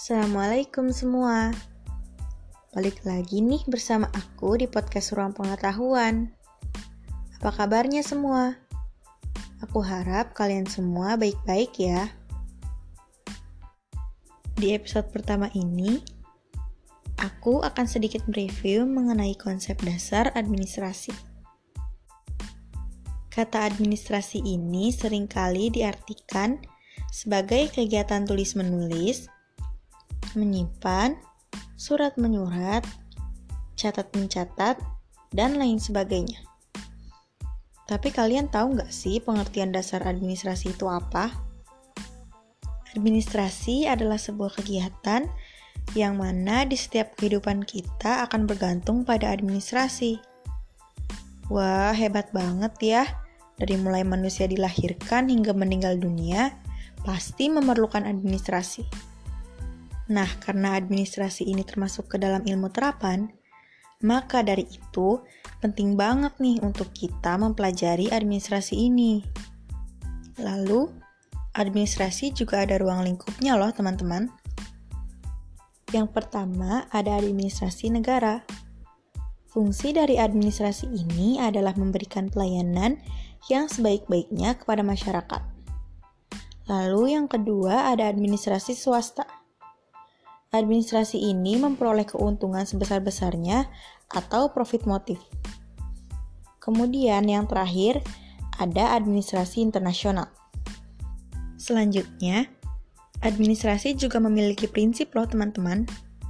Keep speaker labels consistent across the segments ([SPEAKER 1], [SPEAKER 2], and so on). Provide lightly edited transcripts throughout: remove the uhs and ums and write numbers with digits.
[SPEAKER 1] Assalamualaikum semua. Balik lagi nih bersama aku di podcast Ruang Pengetahuan. Apa kabarnya semua? Aku harap kalian semua baik-baik ya. Di episode pertama ini, aku akan sedikit mereview mengenai konsep dasar administrasi. Kata administrasi ini seringkali diartikan sebagai kegiatan tulis-menulis, menyimpan, surat-menyurat, catat-mencatat, dan lain sebagainya. Tapi kalian tahu nggak sih pengertian dasar administrasi itu apa? Administrasi adalah sebuah kegiatan yang mana di setiap kehidupan kita akan bergantung pada administrasi. Wah, hebat banget ya. Dari mulai manusia dilahirkan hingga meninggal dunia, pasti memerlukan administrasi. Nah, karena administrasi ini termasuk ke dalam ilmu terapan, maka dari itu penting banget nih untuk kita mempelajari administrasi ini. Lalu, administrasi juga ada ruang lingkupnya loh teman-teman. Yang pertama ada administrasi negara. Fungsi dari administrasi ini adalah memberikan pelayanan yang sebaik-baiknya kepada masyarakat. Lalu yang kedua ada administrasi swasta. Administrasi ini memperoleh keuntungan sebesar-besarnya atau profit motif. Kemudian yang terakhir ada administrasi internasional. Selanjutnya, administrasi juga memiliki prinsip loh teman-teman.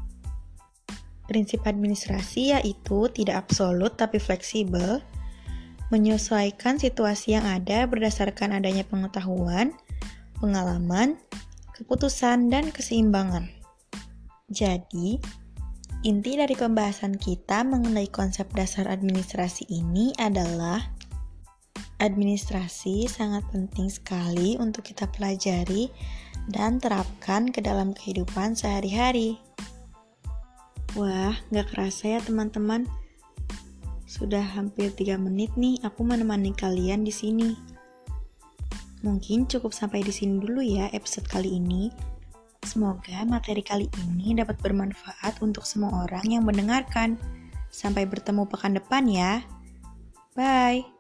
[SPEAKER 1] Prinsip administrasi yaitu tidak absolut tapi fleksibel, menyesuaikan situasi yang ada berdasarkan adanya pengetahuan, pengalaman, keputusan, dan keseimbangan. Jadi, inti dari pembahasan kita mengenai konsep dasar administrasi ini adalah administrasi sangat penting sekali untuk kita pelajari dan terapkan ke dalam kehidupan sehari-hari. Wah, gak kerasa ya teman-teman. Sudah hampir 3 menit nih aku menemani kalian di sini. Mungkin cukup sampai di sini dulu ya episode kali ini. Semoga materi kali ini dapat bermanfaat untuk semua orang yang mendengarkan. Sampai bertemu pekan depan ya. Bye.